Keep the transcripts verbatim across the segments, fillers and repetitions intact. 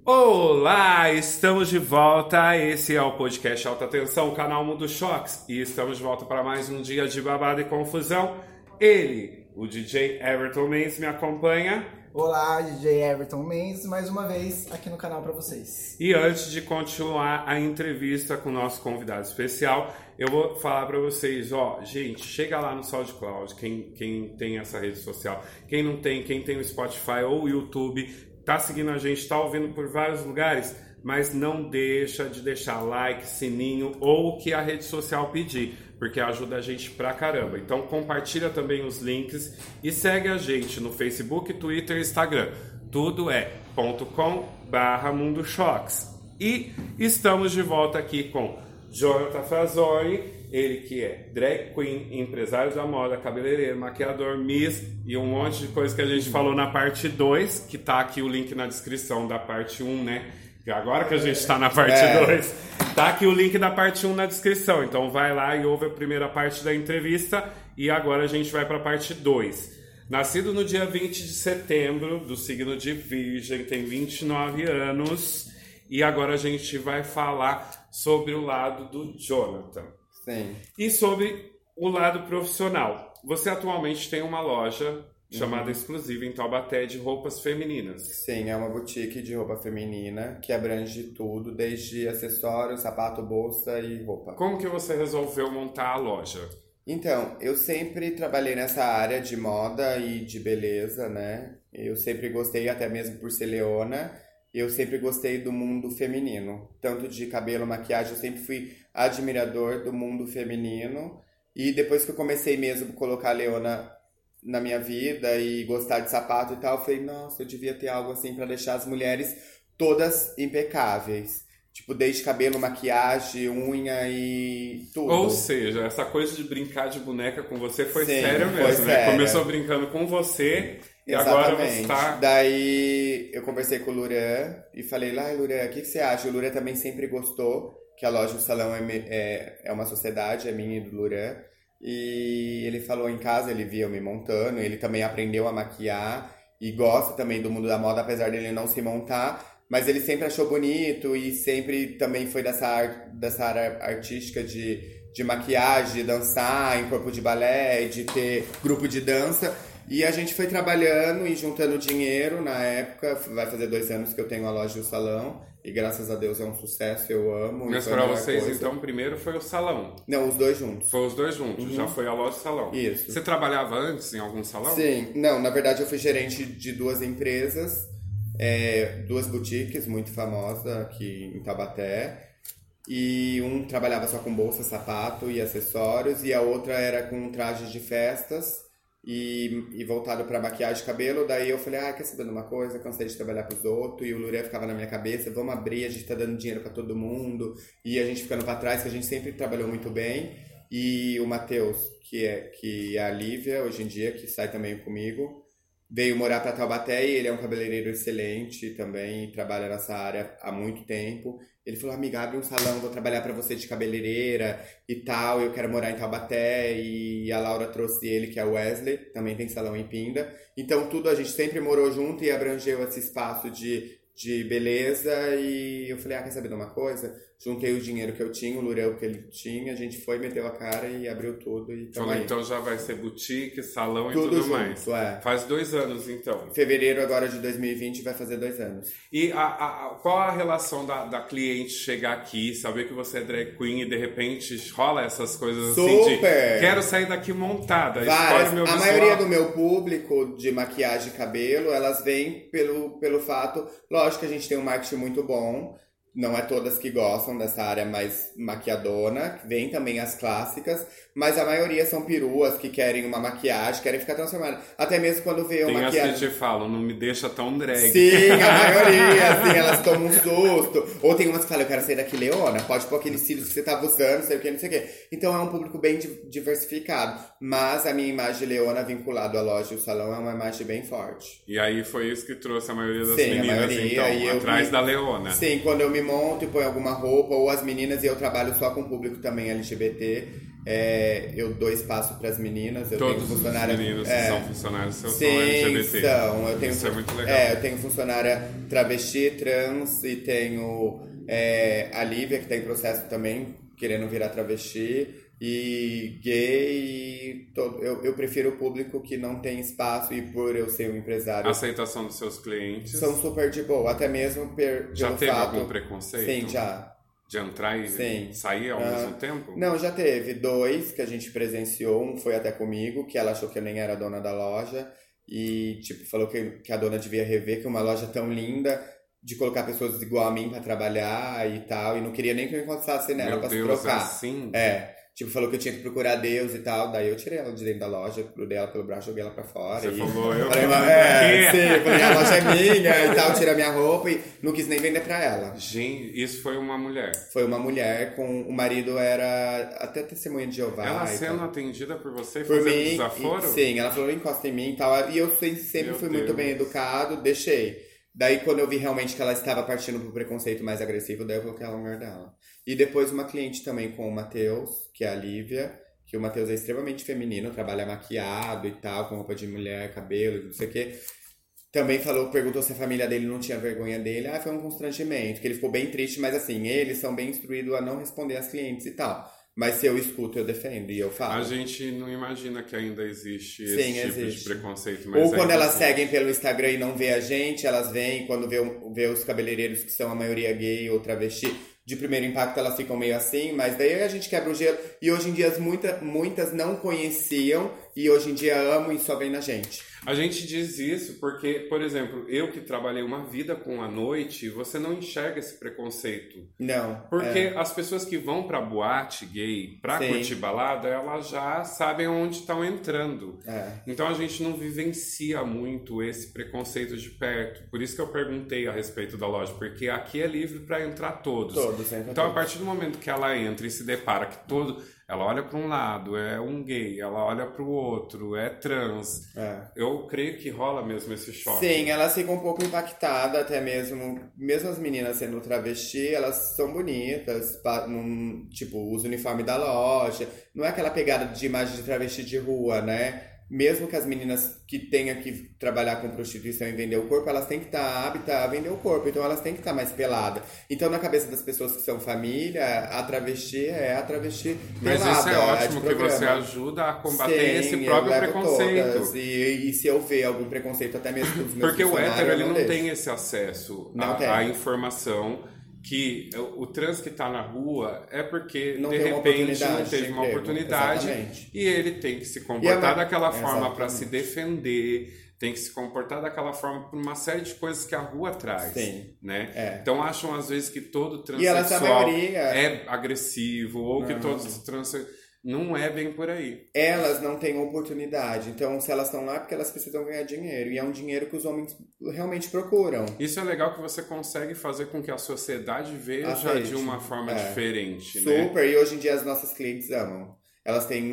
Olá, estamos de volta. Esse é o podcast Alta Tensão, o canal Mundo Choques. E estamos de volta para mais um dia de babado e confusão. Ele, o D J Everton Mendes, me acompanha. Olá, D J Everton Mendes, mais uma vez aqui no canal para vocês. E antes de continuar a entrevista com o nosso convidado especial, eu vou falar para vocês, ó, gente, chega lá no SoundCloud, quem, quem tem essa rede social, quem não tem, quem tem o Spotify ou o YouTube, tá seguindo a gente, tá ouvindo por vários lugares, mas não deixa de deixar like, sininho ou o que a rede social pedir, porque ajuda a gente pra caramba. Então compartilha também os links e segue a gente no Facebook, Twitter e Instagram. Tudo é .com barra Mundo Choques. E estamos de volta aqui com Jonathan Frazoni, ele que é drag queen, empresário da moda, cabeleireiro, maquiador, miss e um monte de coisa que a gente falou na parte dois, que tá aqui o link na descrição da parte um, né? Agora que a gente tá na parte dois, é. Tá aqui o link da parte um na descrição. Então vai lá e ouve a primeira parte da entrevista e agora a gente vai para a parte dois. Nascido no dia vinte de setembro, do signo de Virgem, tem vinte e nove anos e agora a gente vai falar sobre o lado do Jonathan. Sim. E sobre o lado profissional. Você atualmente tem uma loja chamada uhum. Exclusiva em Taubaté de roupas femininas. Sim, é uma boutique de roupa feminina que abrange tudo, desde acessórios, sapato, bolsa e roupa. Como que você resolveu montar a loja? Então, eu sempre trabalhei nessa área de moda e de beleza, né? Eu sempre gostei, até mesmo por ser leona, eu sempre gostei do mundo feminino. Tanto de cabelo, maquiagem, eu sempre fui admirador do mundo feminino. E depois que eu comecei mesmo a colocar a leona na minha vida e gostar de sapato e tal, eu falei, nossa, eu devia ter algo assim pra deixar as mulheres todas impecáveis. Tipo, desde cabelo, maquiagem, unha e tudo. Ou seja, essa coisa de brincar de boneca com você foi Sim, séria mesmo, foi né? séria. Começou brincando com você e Exatamente. agora você tá... Daí eu conversei com o Luran e falei, lá, Luran, o que, que você acha? O Luran também sempre gostou, que a loja do salão é, é, é uma sociedade, é minha e do Luran. E ele falou em casa, ele via eu me montando, ele também aprendeu a maquiar e gosta também do mundo da moda, apesar dele não se montar, mas ele sempre achou bonito e sempre também foi dessa, ar, dessa área artística de, de maquiagem, de dançar em corpo de balé, de ter grupo de dança. E a gente foi trabalhando e juntando dinheiro na época, vai fazer dois anos que eu tenho a loja e o salão. E graças a Deus é um sucesso, eu amo. Mas pra vocês, coisa. Então, primeiro foi o salão? Não, os dois juntos. Foi os dois juntos, uhum. Já foi a loja e o salão. Isso. Você trabalhava antes em algum salão? Sim, não, na verdade eu fui gerente de duas empresas, é, duas boutiques muito famosas aqui em Taubaté. E um trabalhava só com bolsa, sapato e acessórios, e a outra era com trajes de festas. E, e voltado pra maquiagem e cabelo. Daí eu falei, ah, quer saber de uma coisa? Cansei de trabalhar pros outros. E o Luré ficava na minha cabeça, vamos abrir, a gente tá dando dinheiro pra todo mundo. E a gente ficando pra trás, que a gente sempre trabalhou muito bem. E o Matheus, que é, que é a Lívia, hoje em dia, que sai também comigo, veio morar pra Taubaté e ele é um cabeleireiro excelente também, e trabalha nessa área há muito tempo. Ele falou, amiga, abre um salão, vou trabalhar pra você de cabeleireira e tal, eu quero morar em Taubaté. E a Laura trouxe ele, que é o Wesley, também tem salão em Pinda. Então tudo, a gente sempre morou junto e abrangeu esse espaço de, de beleza. E eu falei, ah, quer saber de uma coisa? Juntei o dinheiro que eu tinha, o Lurel que ele tinha, a gente foi, meteu a cara e abriu tudo. E Falou, então já vai ser boutique, salão tudo e tudo junto, mais. É. Faz dois anos, então. Em fevereiro agora de dois mil e vinte vai fazer dois anos. E a, a, a, qual a relação da, da cliente chegar aqui, saber que você é drag queen e de repente rola essas coisas Super. assim de quero sair daqui montada, escolhe meu A visual. maioria do meu público de maquiagem e cabelo, elas vêm pelo, pelo fato, lógico que a gente tem um marketing muito bom. Não é todas que gostam dessa área mais maquiadona, vem também as clássicas, mas a maioria são peruas que querem uma maquiagem, querem ficar transformadas. Até mesmo quando vê uma maquiagem... Tem as que te falam, não me deixa tão drag. Sim, a maioria, assim, elas tomam um susto. Ou tem umas que falam, eu quero sair daqui leona, pode pôr aqueles cílios que você tava usando, sei o que, não sei o que. Então é um público bem diversificado, mas a minha imagem leona vinculada à loja e o salão é uma imagem bem forte. E aí foi isso que trouxe a maioria das Sim, meninas, a maioria, então, e eu atrás vi... da leona. Sim, quando eu me monto e ponho alguma roupa, ou as meninas, e eu trabalho só com público também L G B T, É, eu dou espaço para as meninas. Eu Todos tenho funcionária, os meninos é, que são funcionários são sim, L G B T. São. Eu tenho, Isso é muito legal. É, eu tenho funcionária travesti, trans e tenho é, a Lívia, que está em processo também, querendo virar travesti. E gay, todo, eu, eu prefiro o público que não tem espaço e por eu ser um empresário... A aceitação dos seus clientes... São super de boa, até mesmo per, já pelo teve fato... algum preconceito? Sim, já. De entrar e Sim. sair ao ah, mesmo tempo? Não, já teve. Dois que a gente presenciou, um foi até comigo, que ela achou que eu nem era dona da loja. E, tipo, falou que, que a dona devia rever que uma loja tão linda... de colocar pessoas igual a mim pra trabalhar e tal, e não queria nem que eu encostasse nela Meu pra Deus, se trocar. é assim? É. Tipo, falou que eu tinha que procurar Deus e tal. Daí eu tirei ela de dentro da loja, grudei ela pelo braço, joguei ela pra fora. Você e... falou, eu falei, vou é, sim, falei, a loja é minha e tal, tirei a minha roupa e não quis nem vender pra ela. Gente, isso foi uma mulher. Foi uma mulher com... O marido era até testemunha de Jeová. Ela e sendo tal. atendida por você e Por fazendo mim, desaforo? e, sim, ela falou, encosta em mim e tal. E eu sempre, sempre Meu fui Deus. muito bem educado, deixei. Daí, quando eu vi realmente que ela estava partindo pro preconceito mais agressivo, daí eu coloquei ela no lugar dela. E depois uma cliente também com o Matheus, que é a Lívia, que o Matheus é extremamente feminino, trabalha maquiado e tal, com roupa de mulher, cabelo, não sei o quê. Também falou, perguntou se a família dele não tinha vergonha dele. Ah, foi um constrangimento, que ele ficou bem triste, mas assim, eles são bem instruídos a não responder às clientes e tal. Mas se eu escuto, eu defendo e eu falo. A gente não imagina que ainda existe esse Sim, tipo existe. de preconceito. Mas Ou quando ainda elas existe. seguem pelo Instagram e não vê a gente, elas vêm, quando vê, o- vê os cabeleireiros que são a maioria gay ou travesti, de primeiro impacto elas ficam meio assim, mas daí a gente quebra o gelo. E hoje em dia as muita, muitas não conheciam e hoje em dia amam e só vem na gente. A gente diz isso porque, por exemplo, eu que trabalhei uma vida com a noite, você não enxerga esse preconceito. Não. Porque é. as pessoas que vão pra boate gay, pra Sim. curtir balada, elas já sabem onde estão entrando. É. Então a gente não vivencia muito esse preconceito de perto. Por isso que eu perguntei a respeito da loja, porque aqui é livre pra entrar todos. Todos, entra Então a todos. partir do momento que ela entra e se depara que todo... Ela olha para um lado, é um gay, ela olha para o outro, é trans. É. Eu creio que rola mesmo esse choque. Sim, elas ficam um pouco impactadas, até mesmo, mesmo as meninas sendo travesti, elas são bonitas, pa- num, tipo, usa o uniforme da loja, não é aquela pegada de imagem de travesti de rua, né? Mesmo que as meninas que tenham que trabalhar com prostituição e vender o corpo, elas têm que estar aptas a vender o corpo, então elas têm que estar mais peladas. Então, na cabeça das pessoas que são família, a travesti é a travesti Mas pelada. isso é a de ótimo que programa. você ajuda a combater Sim, esse eu próprio levo preconceito. todas. E, e se eu ver algum preconceito, até mesmo com os meus Porque o funcionários, hétero eu ele não deixo. tem esse acesso Não à, tem. à informação que o, o trans que está na rua é porque Não de tem uma repente oportunidade não de teve uma emprego. oportunidade Exatamente. e ele tem que se comportar ma- daquela forma para Exatamente. se defender, tem que se comportar daquela forma por uma série de coisas que a rua traz, Sim. né? É. Então acham às vezes que todo E elas, a transexual maioria- é agressivo ou que Não. todos trans não é bem por aí. Elas não têm oportunidade. Então, se elas estão lá, é porque elas precisam ganhar dinheiro. E é um dinheiro que os homens realmente procuram. Isso é legal que você consegue fazer com que a sociedade veja Aceite. de uma forma É. diferente, né? Super. E hoje em dia as nossas clientes amam. Elas têm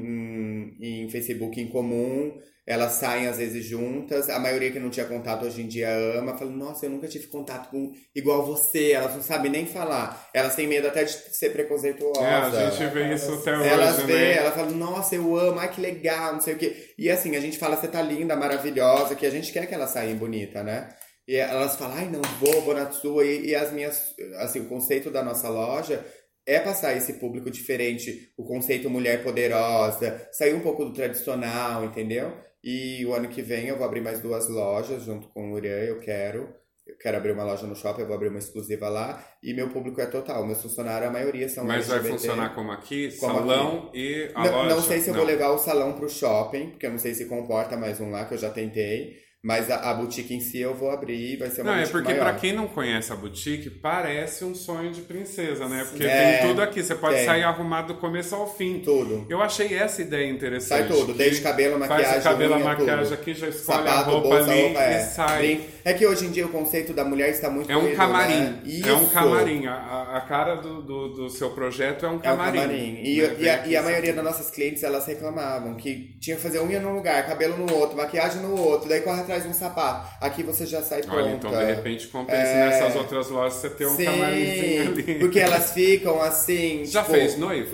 em, em- em Facebook em comum. Elas saem às vezes juntas. A maioria que não tinha contato hoje em dia ama. Fala, nossa, eu nunca tive contato com igual você. Elas não sabem nem falar. Elas têm medo até de ser preconceituosa. É, a gente vê isso até hoje, Elas né? vê, ela fala, nossa, eu amo, ai que legal, não sei o quê. E assim, a gente fala, você tá linda, maravilhosa, que a gente quer que elas saiam bonita, né? E elas falam, ai não vou, vou na sua. E, e as minhas, assim, o conceito da nossa loja é passar esse público diferente, o conceito mulher poderosa, sair um pouco do tradicional, entendeu? E o ano que vem eu vou abrir mais duas lojas junto com o Urian, eu quero. Eu quero abrir uma loja no shopping, eu vou abrir uma exclusiva lá. E meu público é total. Meus funcionários, a maioria são Mas vai L G B T. funcionar como aqui? Como salão e a Não, loja? não sei se eu Não. vou levar o salão pro shopping, porque eu não sei se comporta mais um lá, que eu já tentei. Mas a, a boutique em si eu vou abrir e vai ser uma Não, é boutique porque maior. pra quem não conhece a boutique, parece um sonho de princesa, né? Porque É, tem tudo aqui, você pode tem. sair arrumado do começo ao fim. Tudo. Eu achei essa ideia interessante. Sai tudo, que desde cabelo, maquiagem, faz o cabelo, a unha, maquiagem tudo. aqui, já escolhe a Sapato, roupa bolsa, ali roupa, e é. sai. Brin- É que hoje em dia o conceito da mulher está muito É um doido, camarim. né? É um Isso. camarim. A, a cara do, do, do seu projeto é um É um camarim. camarim. E, Né? e, a, Vem e a aqui, maioria das nossas clientes, elas reclamavam que tinha que fazer unha num lugar, cabelo no outro, maquiagem no outro, daí corre atrás de um sapato. Aqui você já sai pronta. Olha, então de repente compensa É. nessas outras lojas você ter um Sim, camarimzinho ali. porque elas ficam assim... Já tipo, fez noiva?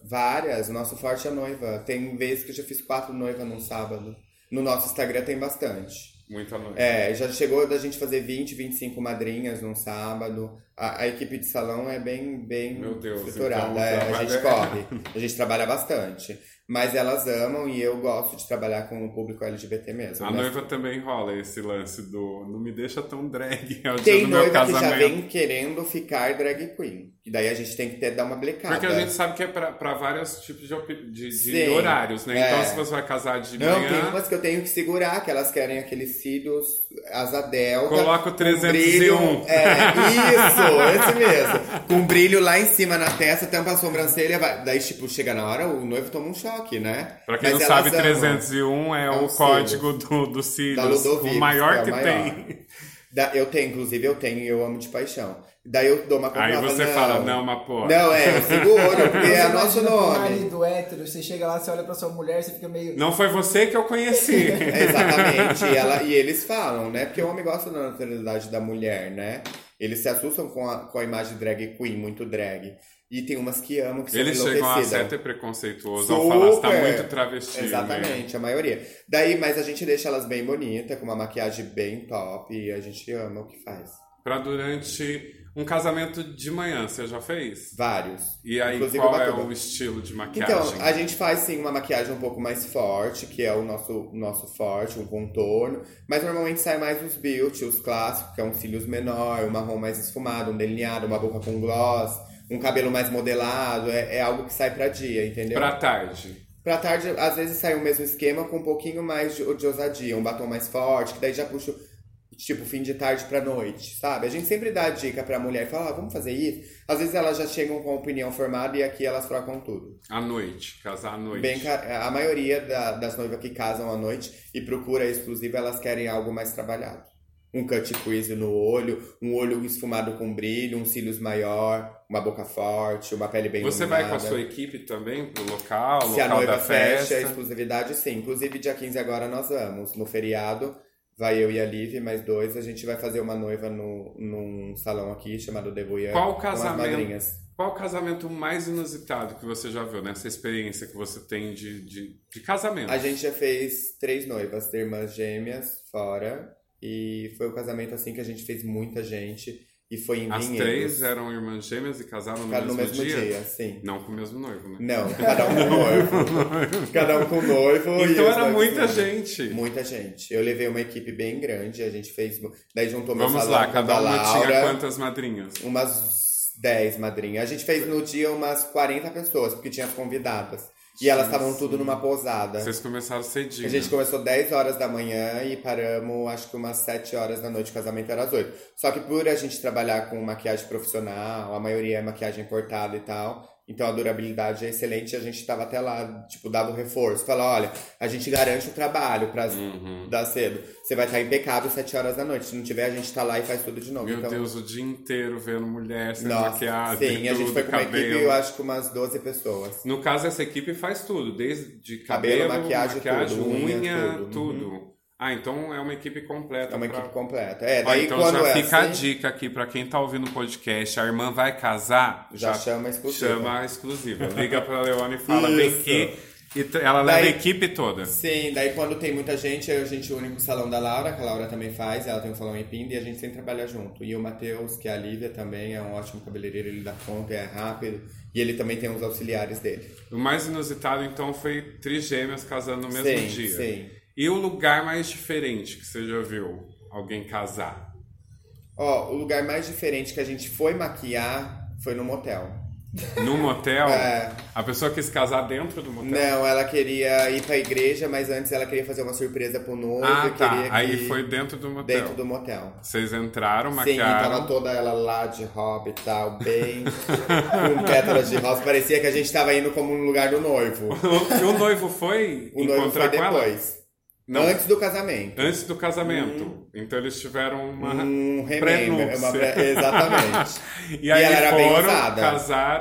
Várias. O nosso forte é noiva. Tem vezes que eu já fiz quatro noivas num sábado. No nosso Instagram tem bastante. Muita noiva. É, já chegou da gente fazer vinte, vinte e cinco madrinhas num sábado. A, a equipe de salão é bem, bem Meu Deus, estruturada. então, é, trabalho a gente é- corre. A gente trabalha bastante. Mas elas amam e eu gosto de trabalhar com o público L G B T mesmo. A né? noiva também rola esse lance do não me deixa tão drag, é o dia Tem do meu noiva que casamento. já vem querendo ficar drag queen. E daí a gente tem que ter, dar uma blecada. Porque a gente sabe que é pra, pra vários tipos de, opi- de, de Sim, horários, né? é. Então, se você vai casar de Não, manhã, tem umas que eu tenho que segurar, que elas querem aqueles cílios asa delta. coloca o com trezentos e brilho- um. É, isso, esse mesmo. Com brilho lá em cima na testa, tampa a sobrancelha. Vai. Daí, tipo, chega na hora, o noivo toma um choque, né? Pra quem Mas não sabe, elas amam. trezentos e um é, É o um código do, do Da cílios, Ludovicos, o maior que, é o maior. tem. Da- eu tenho, inclusive, eu tenho e eu amo de paixão. Daí eu dou uma Aí comprada, você não. fala, não, mas pô... Não, é, eu seguro, porque é Você nosso imagina com um nome. marido hétero, você chega lá, você olha pra sua mulher, você fica meio... Não foi você que eu conheci. É, exatamente. E, ela, e eles falam, né? Porque o homem gosta da naturalidade da mulher, né? Eles se assustam com a, com a imagem drag queen, muito drag. E tem umas que amam, que são Eles chegam a enlouquecidas. ser preconceituosos ao falar, você tá Super. muito travesti. Exatamente, Né? a maioria. Daí, mas a gente deixa elas bem bonitas, com uma maquiagem bem top, e a gente ama o que faz. Pra durante um casamento de manhã, você já fez? Vários. E aí, Inclusive qual é Ubatuba. o estilo de maquiagem? Então, a gente faz sim uma maquiagem um pouco mais forte, que é o nosso, nosso forte, um contorno. Mas normalmente sai mais os beauty, os clássicos, que é um cílios menor, um marrom mais esfumado, um delineado, uma boca com gloss, um cabelo mais modelado. É, é algo que sai pra dia, entendeu? Pra tarde. Pra tarde, às vezes sai o mesmo esquema com um pouquinho mais de, de ousadia, um batom mais forte, que daí já puxa, tipo, fim de tarde pra noite, sabe? A gente sempre dá dica pra mulher e fala, ah, vamos fazer isso. Às vezes elas já chegam com a opinião formada e aqui elas trocam tudo. À noite, casar à noite. Bem, ca- a maioria da- das noivas que casam à noite e procura exclusiva, elas querem algo mais trabalhado. Um cut crease no olho, um olho esfumado com brilho, um cílios maior, uma boca forte, uma pele bem Você iluminada. vai com a sua equipe também pro local, Se a local noiva da festa? fecha a exclusividade, sim. Inclusive, dia quinze agora nós vamos. No feriado, vai eu e a Liv, mais dois. A gente vai fazer uma noiva no, num salão aqui chamado Debuyan. Qual Com casamento? as madrinhas. Qual o casamento mais inusitado que você já viu, nessa experiência que você tem de, de, de casamento? A gente já fez três noivas de irmãs gêmeas fora. E foi o casamento assim que a gente fez muita gente. E foi em As Vinhedos. três eram irmãs gêmeas e casaram no Ficaram mesmo, no mesmo dia? dia, sim. Não com o mesmo noivo, né? Não, cada um com noivo. Cada um com noivo. e Então os era noivos muita com- gente. Muita gente. Eu levei uma equipe bem grande, a gente fez. Daí juntou meu Vamos salão lá, com cada a uma Laura, tinha quantas madrinhas? Umas dez madrinhas. A gente fez no dia umas quarenta pessoas, porque tinha as convidadas. E elas estavam tudo numa posada. Vocês começaram cedinho. A gente começou dez horas da manhã e paramos, acho que umas sete horas da noite. O casamento era às oito. Só que por a gente trabalhar com maquiagem profissional, a maioria é maquiagem importada e tal, então a durabilidade é excelente e a gente tava até lá, tipo, dava o reforço. Fala, olha, a gente garante o trabalho pra Uhum. dar cedo. Você vai estar impecável sete horas da noite. Se não tiver, a gente tá lá e faz tudo de novo. Meu então, Deus, o dia inteiro vendo mulher sem nossa, maquiagem, sim, a gente tudo, foi com uma cabelo. equipe, eu acho que umas doze pessoas. No caso, essa equipe faz tudo, desde Cabelo, cabelo, maquiagem, tudo, unha, unha, tudo. tudo. Uhum. Ah, então é uma equipe completa. É uma pra- equipe completa. É, Ó, daí então quando já é fica a assim, dica aqui pra quem tá ouvindo o podcast. A irmã vai casar, já, já, chama exclusiva. chama a exclusiva. Liga pra Leone e fala, vem Isso. aqui. E t- ela leva Daí- a equipe toda. Sim, daí quando tem muita gente, a gente une com o salão da Laura, que a Laura também faz, ela tem um salão em Pinda e a gente sempre trabalha junto. E o Matheus, que é a Lívia também, é um ótimo cabeleireiro, ele dá conta, é rápido. E ele também tem os auxiliares dele. O mais inusitado, então, foi trigêmeas casando no mesmo sim, dia. sim. E o lugar mais diferente que você já viu alguém casar? Ó, o lugar mais diferente que a gente foi maquiar foi no motel. No motel? É. A pessoa quis casar dentro do motel? Não, ela queria ir pra igreja, mas antes ela queria fazer uma surpresa pro noivo. Ah, e tá. queria Aí que- foi dentro do motel. dentro do motel. Vocês entraram, Sim, maquiaram. tava toda ela lá de hobby e tal, bem com pétalas de rosa. Parecia que a gente tava indo como no lugar do noivo. E o noivo foi O noivo encontrar foi com ela? depois. Não. Antes do casamento. Antes do casamento. Então eles tiveram uma Um remember. pré-núpcia. Uma pré- Exatamente. E aí ela era bem foram, usada. casaram.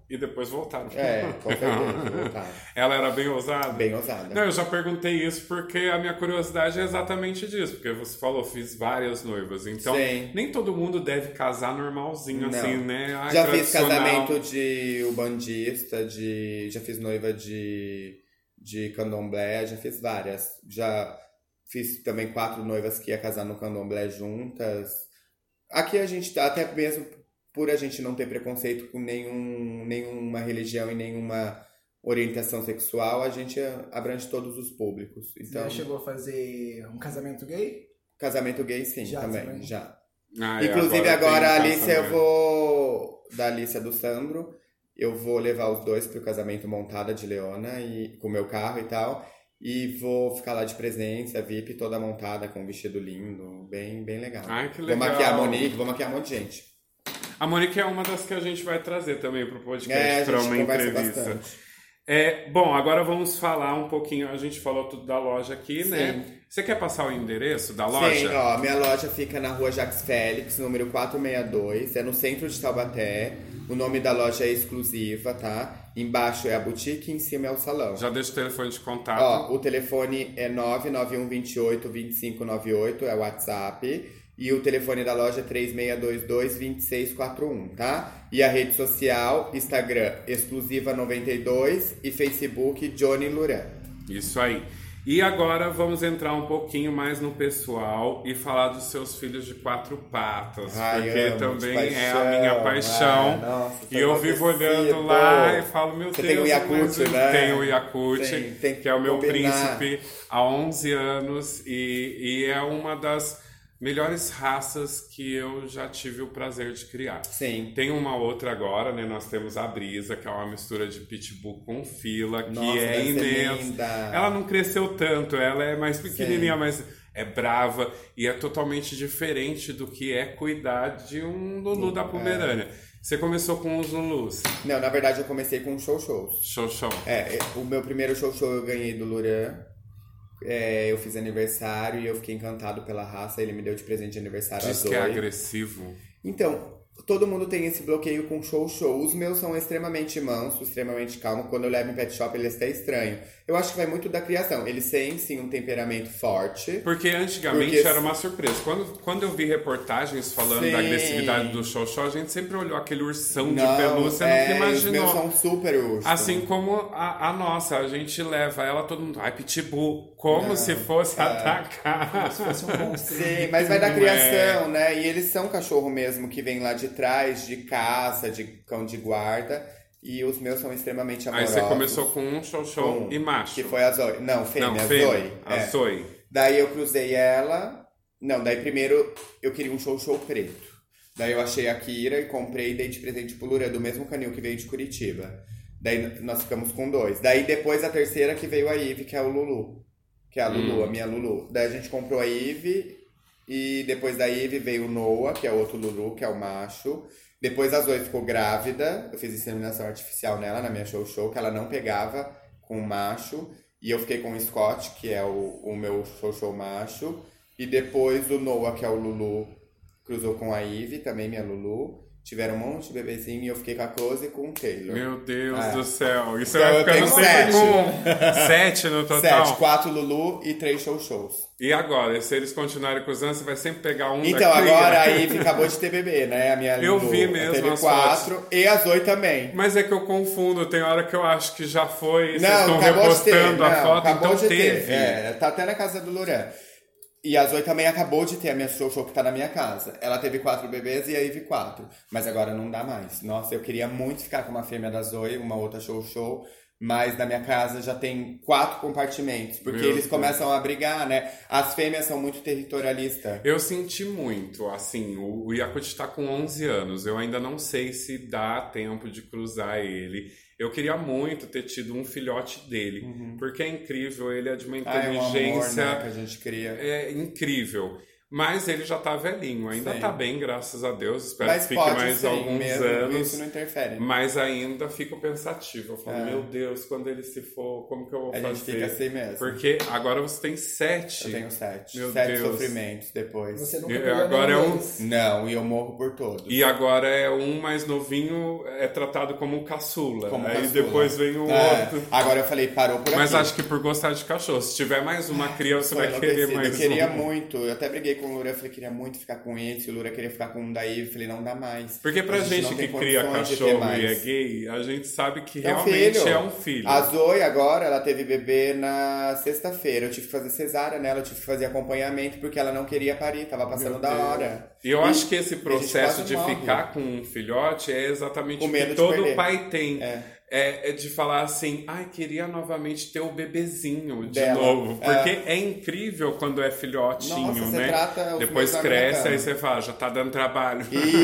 e depois voltaram. É, com certeza, voltaram. Ela era bem ousada? Bem ousada. Não, eu já perguntei isso porque a minha curiosidade é exatamente disso. Porque você falou, fiz várias noivas. Então, Sim. nem todo mundo deve casar normalzinho, Não. assim, né? Ai, já fiz tradicional. casamento de ubandista, de... já fiz noiva de, de candomblé, já fiz várias. Já fiz também quatro noivas que ia casar no candomblé juntas. Aqui a gente, até mesmo por a gente não ter preconceito com nenhum, nenhuma religião e nenhuma orientação sexual, a gente abrange todos os públicos. Então, Você já chegou a fazer um casamento gay? casamento gay, sim, Já, também, também. já. Ah, é, Inclusive agora, tem a casa Alicia, eu também. vou... Da Alicia do Sandro, eu vou levar os dois pro casamento montada de Leona, e, com o meu carro e tal. E vou ficar lá de presença, V I P, toda montada, com um vestido lindo, bem, bem legal. Ai, que Vou legal. maquiar a Monique, vou maquiar um monte de gente. A Monique é uma das que a gente vai trazer também pro podcast É, a para gente uma conversa entrevista. bastante. É, bom, agora vamos falar um pouquinho. A gente falou tudo da loja aqui, Sim. né? Você quer passar o endereço da loja? Sim, ó, minha loja fica na rua Jacques Félix, número quatrocentos e sessenta e dois, é no centro de Taubaté. O nome da loja é exclusiva, tá? Embaixo é a boutique e em cima é o salão. Já deixa o telefone de contato. Ó, o telefone é nove nove um dois oito, dois cinco nove oito, é o WhatsApp. E o telefone da loja é três seis dois dois, dois seis quatro um, tá? E a rede social, Instagram, exclusiva noventa e dois e Facebook, Johnny Luran. Isso aí. E agora vamos entrar um pouquinho mais no pessoal e falar dos seus filhos de quatro patas. Ai, porque amo, de também é paixão. a minha paixão. Ai, nossa, e eu vivo enlouquecido. olhando lá e falo, meu Você Deus, tem o Yakult, mas eu né? tenho o Yakult, Tem- tem que que é o meu combinar. príncipe há onze anos e, e é uma das melhores raças que eu já tive o prazer de criar. Sim. Tem uma outra agora, né? Nós temos a Brisa, que é uma mistura de pitbull com fila, que Nossa, é deve ser imensa. linda. Ela não cresceu tanto, ela é mais pequenininha, Sim. mas é brava e é totalmente diferente do que é cuidar de um Lulu da Pomerânia. Você começou com os Lulus. Não, na verdade eu comecei com show shows. Show, show. É, o meu primeiro show show eu ganhei do Luran. É, eu fiz aniversário e eu fiquei encantado pela raça. Ele me deu de presente de aniversário Diz a que é Zoe. agressivo. Então, todo mundo tem esse bloqueio com show show. Os meus são extremamente mansos, extremamente calmos. Quando eu levo em pet shop, eles até estranham. Eu acho que vai muito da criação. Eles têm, sim, um temperamento forte. Porque antigamente Porque- era uma surpresa. Quando, quando eu vi reportagens falando Sim. da agressividade do show show, a gente sempre olhou aquele ursão de Não, pelúcia, é, nunca os meus imaginou. são super ursos. Assim como a, a nossa, a gente leva ela, todo mundo, ai, pitbull, como Não, se fosse é. atacar. Se fosse um monstro. Sim, mas vai da Não criação, né? E eles são cachorro mesmo, que vem lá de trás, de caça, de cão de guarda. E os meus são extremamente Aí amorosos. você começou com um show show Com- e macho. Que foi a Zoe. Não, fêmea, Não, a fêmea, Zoe. a é. Zoe. Daí eu cruzei ela. Não, daí primeiro eu queria um show show preto. Daí eu achei a Kira e comprei e dei de presente pro Lura, do mesmo canil que veio de Curitiba. Daí nós ficamos com dois. Daí depois a terceira que veio a Ivy, que é o Lulu. Que é a Lulu, Hum. a minha Lulu. Daí a gente comprou a Ivy. E depois da Ivy veio o Noah, que é o outro Lulu, que é o macho. Depois a Zoe ficou grávida. Eu fiz inseminação artificial nela, na minha show show, que ela não pegava com o macho. E eu fiquei com o Scott, que é o, o meu show show macho. E depois o Noah, que é o Lulu, cruzou com a Ivy, também minha Lulu. Tiveram um monte de bebezinho e eu fiquei com a Close e com o Taylor. Meu Deus É. do céu. Isso Então vai eu ficando tenho sempre sete. com sete no total. Sete, quatro Lulu e três show shows. E agora, se eles continuarem cruzando, você vai sempre pegar um Então, da cria. agora a Ivy acabou de ter bebê, né? A minha Eu Lulu vi mesmo teve as quatro e a Zoe também. Mas é que eu confundo, tem hora que eu acho que já foi, e vocês Não, estão acabou de ter. repostando a Não, foto, acabou então de teve. ter. É, tá até na casa do Luran. E a Zoe também acabou de ter a minha show show que tá na minha casa. Ela teve quatro bebês e a Ivy quatro. Mas agora não dá mais. Nossa, eu queria muito ficar com uma fêmea da Zoe, uma outra show show. Mas na minha casa já tem quatro compartimentos. Porque Meu eles Deus. começam a brigar, né? As fêmeas são muito territorialistas. Eu senti muito, assim, o, o Yakut tá com onze anos, eu ainda não sei se dá tempo de cruzar ele. Eu queria muito ter tido um filhote dele, porque é incrível, ele é de uma Ah, é um amor, inteligência né, que a gente cria. é incrível. Mas ele já tá velhinho, ainda Sim. tá bem, graças a Deus. Espero Mas que fique pode mais sim, alguns mesmo, anos. isso não interfere. Mas ainda fico pensativo. Eu falo, É. meu Deus, quando ele se for, como que eu vou A fazer? gente fica assim mesmo. Porque agora você tem sete. Eu tenho sete. Meu sete Deus. sofrimentos depois. Você nunca E pegou agora é nenhum um- deles. Não, e eu morro por todos. E agora é um mais novinho, é tratado como caçula. Como Aí caçula. depois vem o É, outro. Agora eu falei, parou por Mas aqui. acho que por gostar de cachorro. Se tiver mais uma cria, você Tô vai querer enlouquecido. mais Eu queria um. muito. Eu até briguei com o Lura. Eu falei, queria muito ficar com esse. O Lura queria ficar com um daí. Eu falei, não dá mais. Porque pra A gente, não que tem cria condições de ter cachorro mais. e é gay, a gente sabe que É um realmente filho. é um filho. A Zoe agora, ela teve bebê na sexta-feira. Eu tive que fazer cesárea nela, eu tive que fazer acompanhamento porque ela não queria parir, tava passando Meu da Deus. hora. E eu E- acho que esse e a gente processo quase de morre. ficar com um filhote é exatamente Com o medo que de todo perder. pai tem. É. É, é de falar assim, ai, queria novamente ter o bebezinho de Dela. novo. Porque é. incrível quando é filhotinho, Nossa, você né? trata os Depois meus cresce, americanos. aí você fala, já tá dando trabalho.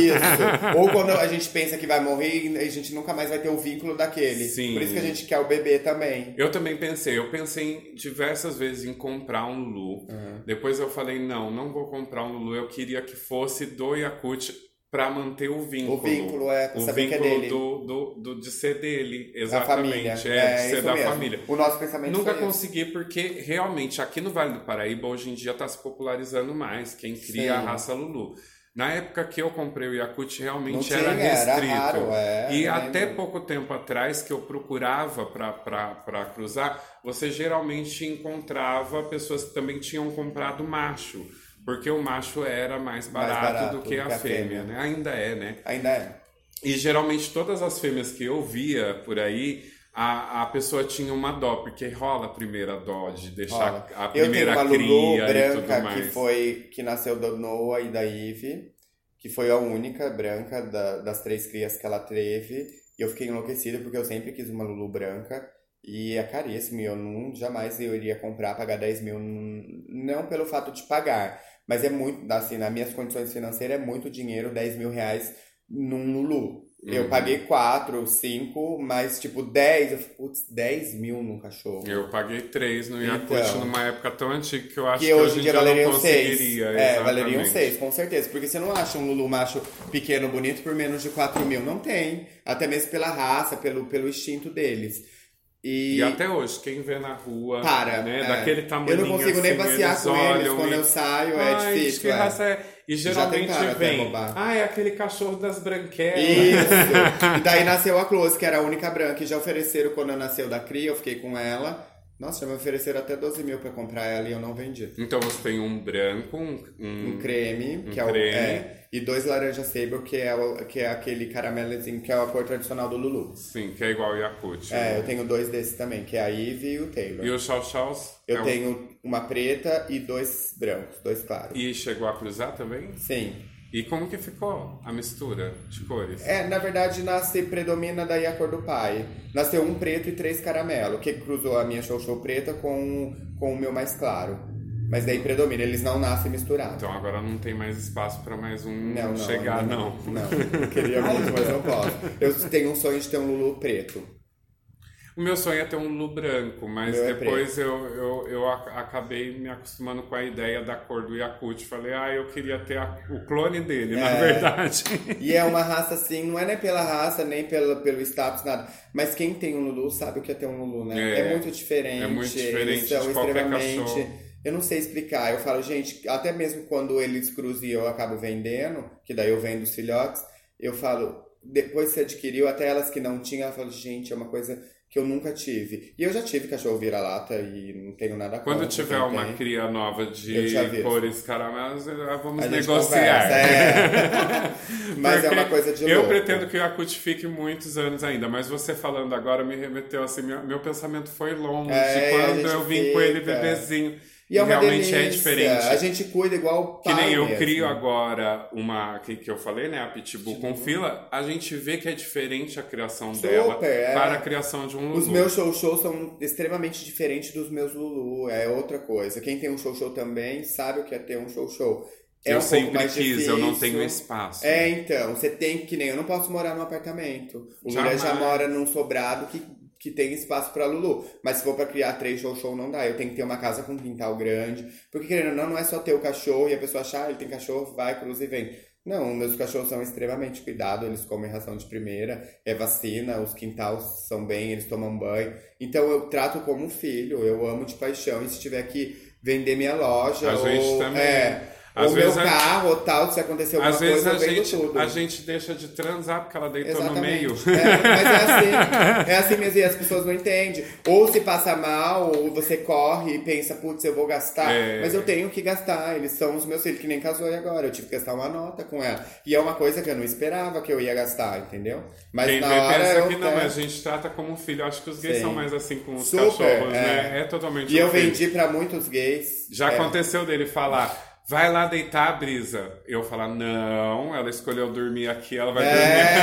Isso. Ou quando a gente pensa que vai morrer e a gente nunca mais vai ter o vínculo daquele. Sim. Por isso que a gente quer o bebê também. Eu também pensei, eu pensei diversas vezes em comprar um Lulu. Uhum. Depois eu falei, não, não vou comprar um Lulu, eu queria que fosse do Yakult para manter o vínculo. O vínculo é pra o saber que é vínculo dele. do, do, do, de ser dele, Da exatamente. família. É, de ser isso da mesmo. família. O nosso pensamento Nunca foi esse. consegui, porque realmente aqui no Vale do Paraíba hoje em dia está se popularizando mais quem cria Sim. a raça Lulu. Na época que eu comprei o Yakult, realmente Não era tinha, era restrito. raro, é, e eu até lembro. pouco tempo atrás, que eu procurava para cruzar, você geralmente encontrava pessoas que também tinham comprado macho. Porque o macho era mais barato, barato do que a fêmea, né? Ainda é, né? Ainda é. E geralmente todas as fêmeas que eu via por aí, a, a pessoa tinha uma dó, porque rola a primeira dó de deixar Rola. a Eu tenho primeira uma Lulu cria e tudo branca mais. que foi que nasceu da Noah e da Eve, que foi a única branca da- das três crias que ela teve. E eu fiquei enlouquecido porque eu sempre quis uma Lulu branca. E é caríssimo, e eu não, jamais eu iria comprar, pagar dez mil, n- não pelo fato de pagar, mas é muito, assim, nas minhas condições financeiras é muito dinheiro, dez mil reais num Lulu. Eu Uhum. paguei quatro, cinco, mas tipo dez, eu falei, putz, dez mil num cachorro. Eu paguei três no Yakult Então. numa época tão antiga que eu acho Que que, hoje em dia eu não valeriam seis. conseguiria. É, valeriam exatamente. seis, com certeza. Porque você não acha um Lulu macho pequeno, bonito, por menos de quatro mil. Não tem. Até mesmo pela raça, pelo, pelo instinto deles. E, E até hoje, quem vê na rua, para. né, é. daquele tamanho Eu não consigo nem assim, passear eles com eles. olham Quando e- eu saio, é Ai, difícil. que é. raça é? E geralmente tentaram até vem, roubar. ah, é aquele cachorro das branquelas. Isso. E daí nasceu a Close, que era a única branca. E já ofereceram, quando eu nasceu da cria, eu fiquei com ela. Nossa, já me ofereceram até doze mil pra comprar ela e eu não vendi. Então você tem um branco, um, um- Um creme, um que é o. creme. É, e dois laranja saber, que é, o, que é aquele caramelozinho, que é a cor tradicional do Lulu. sim, que é igual o Yakult. É, eu tenho dois desses também, que é a Eve e o Taylor. E o Chow Chows? Eu é um- tenho uma preta e dois brancos, dois claros. E chegou a cruzar também? Sim. E como que ficou a mistura de cores? É, na verdade, nasce, predomina daí a cor do pai. Nasceu um preto e três caramelo, que cruzou a minha show show preta com, com o meu mais claro. Mas daí predomina, eles não nascem misturados. Então agora não tem mais espaço para mais um Não, não. chegar, ainda não. Não, queria muito, mas não posso. Eu tenho um sonho de ter um Lulu preto. O meu sonho é ter um Lulu branco, mas O meu é depois eu, eu, eu a- acabei me acostumando com a ideia da cor do Yakult. Falei, ah, eu queria ter a- o clone dele, na É. verdade. E é uma raça assim, não é nem pela raça, nem pelo, pelo status, nada. Mas quem tem um Lulu sabe o que é ter um Lulu, né? É. É, muito diferente. É muito diferente Eles são de qualquer extremamente. cachorro. Eu não sei explicar. Eu falo, gente, até mesmo quando eles cruzam e eu acabo vendendo, que daí eu vendo os filhotes, eu falo, depois que você adquiriu, até elas que não tinham, ela fala, gente, é uma coisa que eu nunca tive. E eu já tive cachorro vira-lata e não tenho nada contra. Quando tiver quem uma tem. cria nova Eu te de aviso. cores caramelos, ah, vamos A gente negociar. conversa, é. Mas é Porque uma coisa de eu louco. pretendo que o Yakult fique muitos anos ainda, mas você falando agora me remeteu assim, meu, meu pensamento foi longe É, a quando gente eu vim com ele fica. bebezinho. E é uma realmente delícia. é diferente. A gente cuida igual o Que pai nem eu mesmo. crio agora uma, que, que eu falei, né, a Pitbull com fila, a gente vê que é diferente a criação Super, dela é. para a criação de um Lulu. Os meus show-shows são extremamente diferentes dos meus Lulu, é outra coisa. Quem tem um show-show também sabe o que é ter um show-show. É eu um sempre pouco mais quis, difícil. eu não tenho espaço. É, então, você tem que nem... Eu não posso morar num apartamento. O Lula já Jamais. mora num sobrado que que tem espaço pra Lulu. Mas se for pra criar três show show, não dá. Eu tenho que ter uma casa com um quintal grande. Porque, querendo ou não, não é só ter o cachorro e a pessoa achar, ah, ele tem cachorro, vai, cruza e vem. Não, meus cachorros são extremamente cuidados, eles comem ração de primeira, é vacina, os quintais são bem, eles tomam banho. Então eu trato como um filho, eu amo de paixão. E se tiver que vender minha loja, A ou, gente também. é, Às ou meu vezes a- carro, ou tal, se acontecer alguma Às vezes coisa, a eu vendo gente, tudo. a gente deixa de transar porque ela deitou no meio. É, mas é assim, é assim mesmo, e as pessoas não entendem. Ou se passa mal, ou você corre e pensa, putz, eu vou gastar. É. Mas eu tenho que gastar, eles são os meus filhos, que nem casou e agora. Eu tive que gastar uma nota com ela. E é uma coisa que eu não esperava que eu ia gastar, entendeu? Mas Quem na vê hora pensa eu que não, é, mas a gente trata como um filho. Eu acho que os gays Sim. são mais assim com os Super, cachorros, é. né? É totalmente E eu um filho. vendi pra muitos gays. Já é, aconteceu dele falar, vai lá deitar a Brisa. Eu falar, não, ela escolheu dormir aqui, ela vai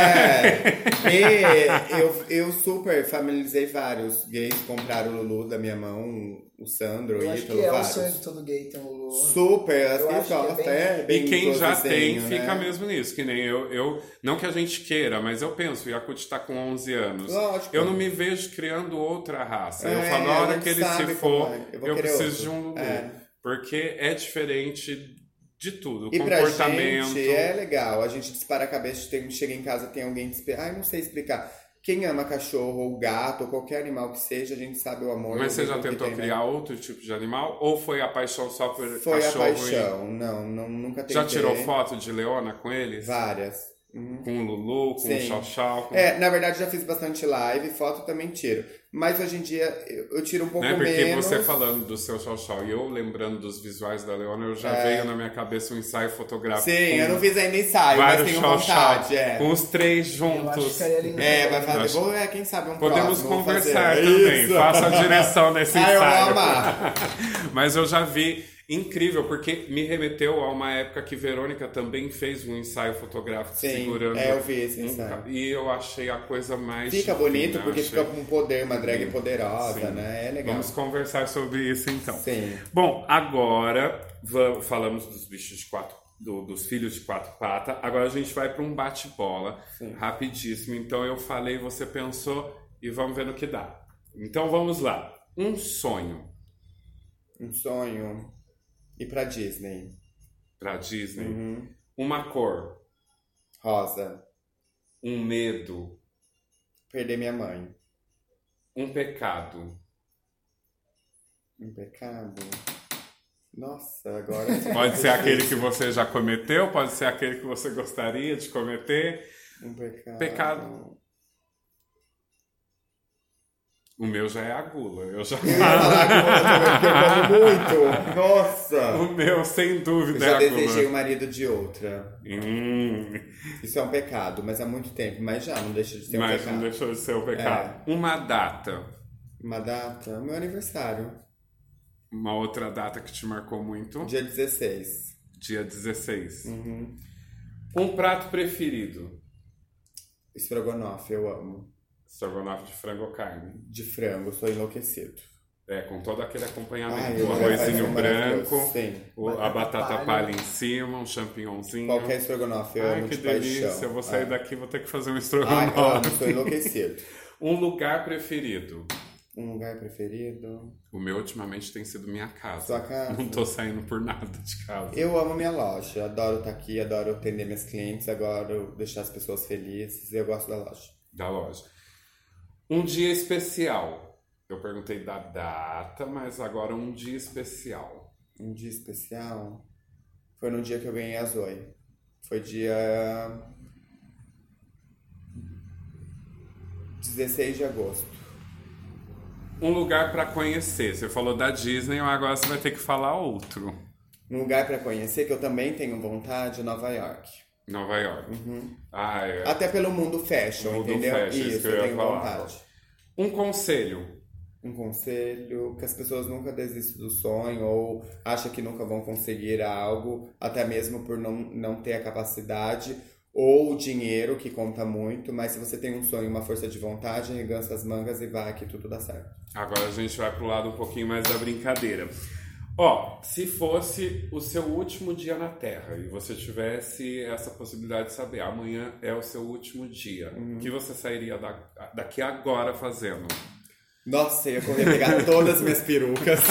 dormir. É, e eu, eu super familiarizei vários gays, compraram o Lulu da minha mão, o Sandro, Eu o acho que Ítalo, é o vários. sonho de todo gay ter um Lulu. Super, as Eu gays acho que é gostam, bem- é bem E quem já tem, docezinho, fica né? mesmo nisso. Que nem eu, eu, não que a gente queira, mas eu penso, o Yakut tá com onze anos. Lógico. Eu não me vejo criando outra raça. eu É, falo, na a hora gente que ele se sabe for, como é. Eu eu, vou querer preciso outro. de um Lulu. É. Porque é diferente de tudo. E pra Comportamento. gente é legal, a gente dispara a cabeça, tem, chega em casa, tem alguém que espera. Ai, não sei explicar. Quem ama cachorro ou gato ou qualquer animal que seja, a gente sabe o amor. Mas o você já vínculo que tentou tem, né? criar outro tipo de animal? Ou foi a paixão só por Foi a cachorro? e- paixão, não, não, nunca tentei. Já tirou foto de Leona com eles? Várias. Uhum. Com o Lulu, com o Sim. Chau Chau? Com... É, na verdade já fiz bastante live, foto também tiro. Mas hoje em dia eu, eu tiro um pouco Né? Porque menos. você falando do seu Chau Chau e eu lembrando dos visuais da Leona, eu já veio na minha cabeça um ensaio fotográfico. Sim, com eu não fiz ainda ensaio, mas vários tenho Chau vontade. Chau, É. com os três Eu acho que juntos. ficaria lindo. É, vai Eu fazer. acho- Vou, é, quem sabe um Podemos próximo, vou conversar fazer. também. Isso. Faça a direção desse Ah, eu vou ensaio. amar. Mas eu já vi incrível, porque me remeteu a uma época que Verônica também fez um ensaio fotográfico Sim, segurando. é, eu vi esse um ensaio. ca- E eu achei a coisa mais. Fica divina, bonito porque achei. fica com poder, uma drag poderosa, Sim. né? É legal. Vamos conversar sobre isso então. Sim. Bom, agora va- falamos dos bichos de quatro, do- dos filhos de quatro patas. Agora a gente vai para um bate-bola rapidíssimo. Então eu falei, você pensou e vamos ver no que dá. Então vamos lá. Um sonho Um sonho. Ir pra Disney. para Disney. Uhum. Uma cor, Rosa. um medo, Perder minha mãe. um pecado. Um pecado. Nossa, agora sim. Pode ser aquele que você já cometeu, pode ser aquele que você gostaria de cometer. Um pecado. Pecado. O meu já é a gula. Eu já Eu ia falar agora também, porque eu como muito. Nossa. O meu, sem Eu dúvida, já é a desejei o gula. marido de outra. Hum, Isso é um pecado, mas há muito tempo. Mas já não deixa de ser um mas pecado. não deixou de ser o pecado. Uma data. Uma data? Meu aniversário. Uma outra data que te marcou muito. Dia dezesseis. Dia dezesseis. Uhum. Um prato preferido. Estrogonofe, eu amo. Estrogonofe de frango ou carne. De frango, sou enlouquecido. É, com todo aquele acompanhamento. Ai, o eu arrozinho faço branco, maravilhoso. Sim. o- a Batata batata palha. palha em cima, um champignonzinho. Qualquer estrogonofe, eu Ai, amo que de delícia. paixão. Eu vou sair É. daqui e vou ter que fazer um Ai, estrogonofe. eu amo, sou enlouquecido. Um lugar preferido. Um lugar preferido? O meu ultimamente tem sido minha casa. Sua casa? Não tô saindo por nada de casa. Eu amo minha loja, adoro estar aqui, adoro atender minhas clientes, adoro deixar as pessoas felizes, eu gosto da loja. Da loja. Um dia especial. Eu perguntei da data, mas agora um dia especial. Um dia especial foi no dia que eu ganhei a Zoe. Foi dia dezesseis de agosto. Um lugar pra conhecer. Você falou da Disney, agora você vai ter que falar outro. Um lugar para conhecer que eu também tenho vontade, Nova York. Nova York. Ah, é. Até pelo mundo fashion, Mundo entendeu? fashion, isso Isso, que eu eu ia tenho falar. vontade. Um conselho. Um conselho, que as pessoas nunca desistam do sonho ou acham que nunca vão conseguir algo, até mesmo por não, não ter a capacidade ou o dinheiro, que conta muito, mas se você tem um sonho, uma força de vontade, arregança as mangas e vai que tudo dá certo. Agora a gente vai pro lado um pouquinho mais da brincadeira. Ó, se fosse o seu último dia na Terra e você tivesse essa possibilidade de saber, amanhã é o seu último dia, o Uhum. que você sairia da, daqui agora fazendo? Nossa, eu ia correr pegar todas as minhas perucas.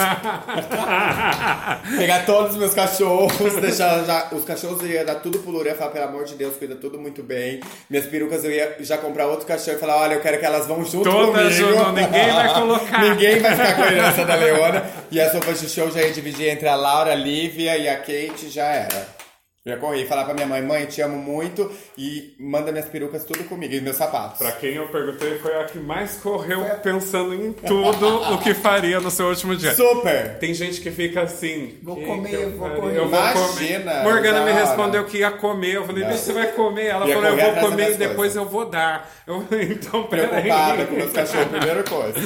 Pegar todos os meus cachorros, deixar já, os cachorros eu ia dar tudo pro Lura, eu ia falar, pelo amor de Deus, cuida tudo muito bem. Minhas perucas eu ia já comprar outro cachorro e falar, olha, eu quero que elas vão junto Todas comigo. junto, ninguém vai colocar. Ninguém vai ficar com a herança da Leona. E as roupas de show já ia dividir entre a Laura, a Lívia e a Kate, já era. Eu ia correr e falar pra minha mãe, mãe, te amo muito e manda minhas perucas tudo comigo e meus sapatos. Pra quem eu perguntei, foi a que mais correu pensando em tudo o que faria no seu último dia. Super! Tem gente que fica assim... Vou "Que comer, que eu vou faria? correr." Eu vou Imagina, comer. Morgana me da hora. respondeu que ia comer. Eu falei, Não. bicho, você vai comer? Ela Ia falou, eu correr vou atrás das comer e minhas depois coisas. eu vou dar. Eu falei, então, peraí. Preocupada com meus cachorros, primeira coisa.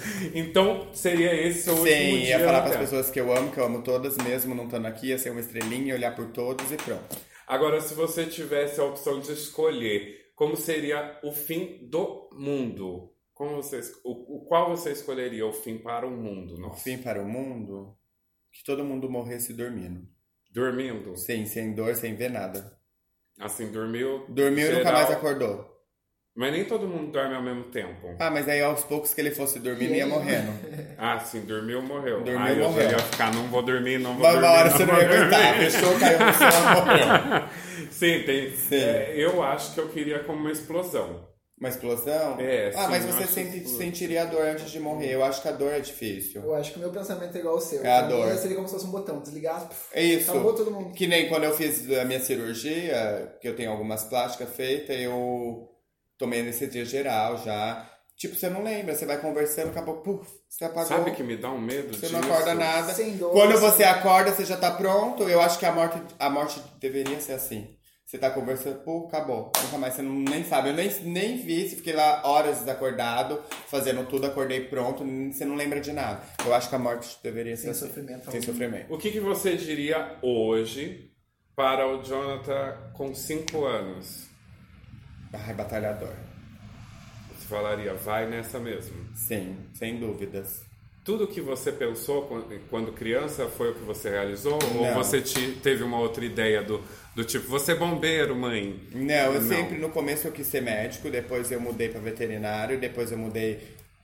Então, seria esse seu último Sim, dia ia falar na pras Terra. pessoas que eu amo, que eu amo todas mesmo, não estando aqui, ia ser uma estrelinha, olhar por todos e pronto. Agora, se você tivesse a opção de escolher como seria o fim do mundo, como você, o, o qual você escolheria o fim para o mundo? O Nossa. fim para o mundo, que todo mundo morresse dormindo. Dormindo? Sim, sem dor, sem ver nada. Assim, dormiu. Dormiu e nunca geral, mais acordou. Mas nem todo mundo dorme ao mesmo tempo. Ah, mas aí aos poucos que ele fosse dormindo, ia morrendo. Ah, sim, dormiu, morreu. Dormiu, Aí eu morreu. já ia ficar, não vou dormir, não vou Mas dormir. uma hora não você não vou ia aguentar, dormir. fechou, caiu no chão, morreu. Sim, tem. Sim. é, eu acho que eu queria como uma explosão. Uma explosão? É, Ah, sim, mas eu você acho senti- isso. sentiria a dor antes de morrer. Eu acho que a dor é difícil. Eu acho que o meu pensamento é igual ao seu. É a Pra mim, dor. seria como se fosse um botão. Desligar, puf, É isso. acabou todo mundo. Que nem quando eu fiz a minha cirurgia, que eu tenho algumas plásticas feitas, eu tomei anestesia geral já. Tipo, você não lembra, você vai conversando, acabou, puf, você apagou. Sabe que me dá um medo Você disso? não acorda nada. Sem dor, Quando sem- você acorda, você já tá pronto. Eu acho que a morte, a morte deveria ser assim. Você tá conversando, pô, acabou. Nunca mais, você não, nem sabe. Eu nem, nem vi, se fiquei lá horas desacordado, fazendo tudo, acordei pronto, você não lembra de nada. Eu acho que a morte deveria ser Sem assim. sofrimento Sem algum. sofrimento. O que, que você diria hoje para o Jonathan com cinco anos? Ai, batalhador. Você falaria, vai nessa mesmo. Sim, sem dúvidas. Tudo que você pensou quando- quando criança foi o que você realizou? Ou Não. você te- teve uma outra ideia do, do tipo, você é bombeiro, mãe? Não, eu Não. sempre, no começo eu quis ser médico, depois eu mudei pra veterinário, depois eu mudei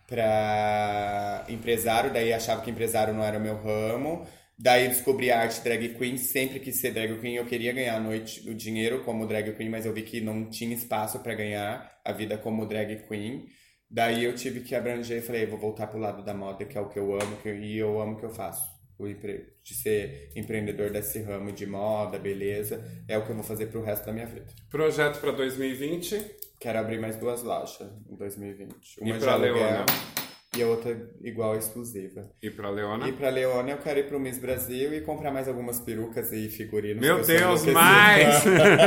pra empresário, daí achava que empresário não era o meu ramo. Daí descobri a arte drag queen, sempre quis ser drag queen, eu queria ganhar a noite, o dinheiro como drag queen, mas eu vi que não tinha espaço pra ganhar a vida como drag queen. Daí eu tive que abranger e falei, vou voltar pro lado da moda, que é o que eu amo, que eu- e eu amo o que eu faço. O empre... De ser empreendedor desse ramo de moda, beleza, é o que eu vou fazer pro resto da minha vida. Projeto para dois mil e vinte? Quero abrir mais duas lojas em dois mil e vinte. Uma E de pra aluguel Leona? e a outra igual exclusiva. E para Leona? E pra Leona eu quero ir pro Miss Brasil e comprar mais algumas perucas e figurinos. Meu que eu sou Deus, enlouquecida. mais!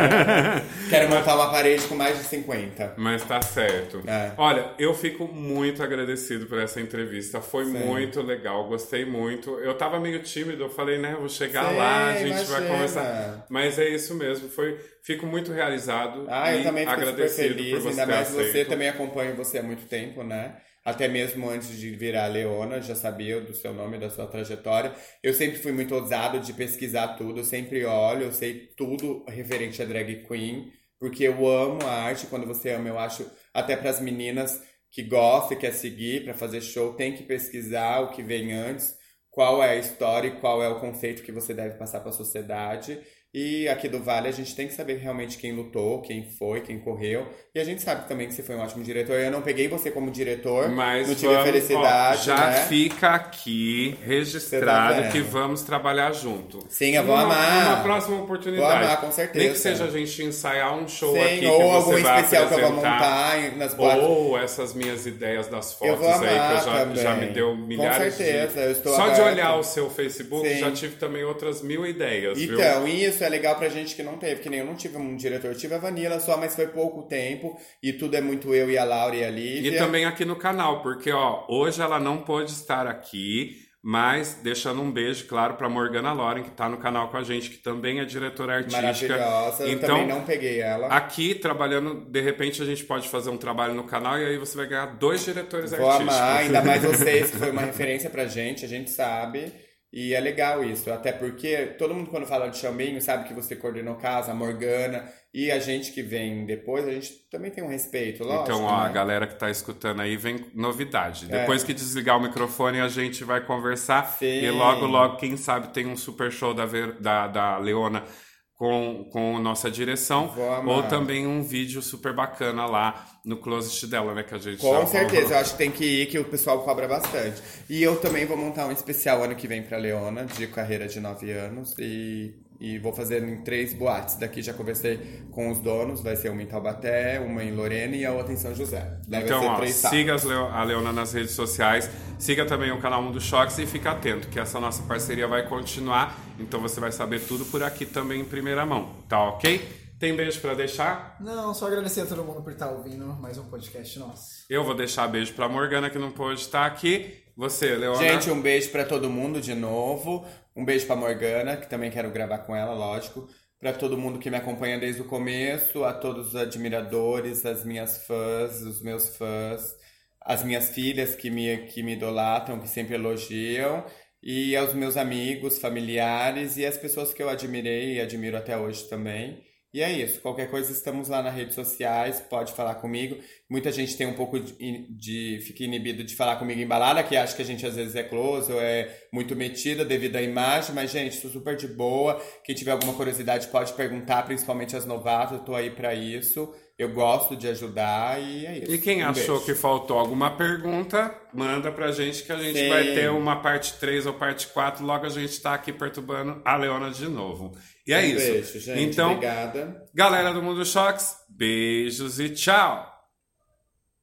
Quero montar uma parede com mais de cinquenta. Mas tá certo. É. Olha, eu fico muito agradecido por essa entrevista. Foi Sim. muito legal, gostei muito. Eu tava meio tímido, eu falei, né, vou chegar Sim, lá, a gente vai imagina. conversar. Mas é isso mesmo, foi, fico muito realizado Ah, e eu também fico super agradecido feliz. por você Ainda ter mais você, aceito. também acompanho você há muito tempo, né? Até mesmo antes de virar Leona, já sabia do seu nome, da sua trajetória. Eu sempre fui muito ousado de pesquisar tudo, eu sempre olho, eu sei tudo referente a drag queen, porque eu amo a arte. Quando você ama, eu acho, até para as meninas que gostam e quer seguir para fazer show, tem que pesquisar o que vem antes, qual é a história e qual é o conceito que você deve passar para a sociedade. E aqui do Vale a gente tem que saber realmente quem lutou, quem foi, quem correu. E a gente sabe também que você foi um ótimo diretor. Eu não peguei você como diretor, Mas não tive vamos, a felicidade, ó, já né? fica aqui Você tá registrado vendo? que vamos trabalhar junto. Sim, eu vou Numa- amar. Numa próxima oportunidade. Vou amar, com certeza. Nem que seja a gente ensaiar um show Sim, aqui que ou você algum vai especial que eu vou apresentar. montar em- nas boates. Ou essas minhas ideias das Eu fotos vou aí, que amar eu já, também. já me deu milhares Com certeza, de... eu estou Só de aberto. olhar o seu Facebook, Sim. já tive também outras mil ideias, viu? Então, isso é legal pra gente que não teve, que nem eu não tive um diretor, eu tive a Vanilla só, mas foi pouco tempo, e tudo é muito eu e a Laura e a Lívia. E também aqui no canal, porque ó, hoje ela não pôde estar aqui, mas deixando um beijo, claro, pra Morgana Loren, que tá no canal com a gente, que também é diretora artística. Maravilhosa, eu Então, também não peguei ela. aqui, trabalhando, de repente a gente pode fazer um trabalho no canal e aí você vai ganhar dois diretores Vou artísticos. amar, ainda mais vocês, que foi uma referência pra gente, a gente sabe. E é legal isso, até porque todo mundo quando fala de Chambinho sabe que você coordenou casa, a Morgana, e a gente que vem depois, a gente também tem um respeito, lógico. Então, ó, né? a galera que tá escutando aí, vem novidade. É. Depois que desligar o microfone, a gente vai conversar. Sim. E logo, logo, quem sabe tem um super show da, da, da Leona com, com nossa direção. Ou também um vídeo super bacana lá no closet dela, né? Que a gente Com certeza, vai... eu acho que tem que ir, que o pessoal cobra bastante. E eu também vou montar um especial ano que vem pra Leona, de carreira de nove anos. E, e vou fazer em três boates. Daqui já conversei com os donos, vai ser uma em Taubaté, uma em Lorena e a outra em São José. Daí então, ó, três siga a Leona nas redes sociais, siga também o canal Mundo Choques e fica atento, que essa nossa parceria vai continuar. Então você vai saber tudo por aqui também em primeira mão, tá ok? Tem beijo pra deixar? Não, só agradecer a todo mundo por estar ouvindo mais um podcast nosso. Eu vou deixar beijo pra Morgana, que não pôde estar aqui. Você, Leona? Gente, um beijo pra todo mundo de novo. Um beijo pra Morgana, que também quero gravar com ela, lógico. Pra todo mundo que me acompanha desde o começo, a todos os admiradores, as minhas fãs, os meus fãs, as minhas filhas que me, que me idolatram, que sempre elogiam. E aos meus amigos, familiares e as pessoas que eu admirei e admiro até hoje também. E é isso, qualquer coisa estamos lá nas redes sociais, pode falar comigo. Muita gente tem um pouco de, de fica inibido de falar comigo em balada, que acha que a gente às vezes é close ou é muito metida devido à imagem, mas gente, sou super de boa. Quem tiver alguma curiosidade pode perguntar, principalmente as novatas, eu tô aí pra isso. Eu gosto de ajudar e é isso. E quem um achou beijo. Que faltou alguma pergunta, manda pra gente que a gente Sim. vai ter uma parte três ou parte quatro. Logo a gente tá aqui perturbando a Leona de novo. E é um isso. Beijo, gente. Então, obrigada. Galera do Mundo Choques, beijos e tchau!